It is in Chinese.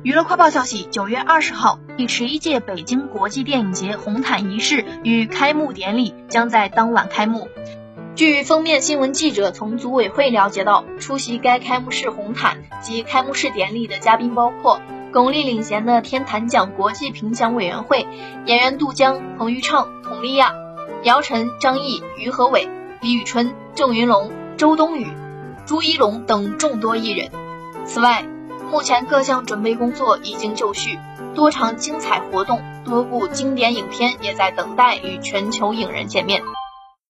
娱乐快报消息，9月20号，第11届北京国际电影节红毯仪式与开幕典礼将在当晚开幕。据封面新闻记者从组委会了解到，出席该开幕式红毯及开幕式典礼的嘉宾包括巩俐领衔的天坛奖国际评奖委员会、演员杜江、彭昱畅、佟丽娅、姚晨、张译、于和伟、李宇春、郑云龙、周冬雨、朱一龙等众多艺人。此外，目前各项准备工作已经就绪，多场精彩活动、多部经典影片也在等待与全球影人见面。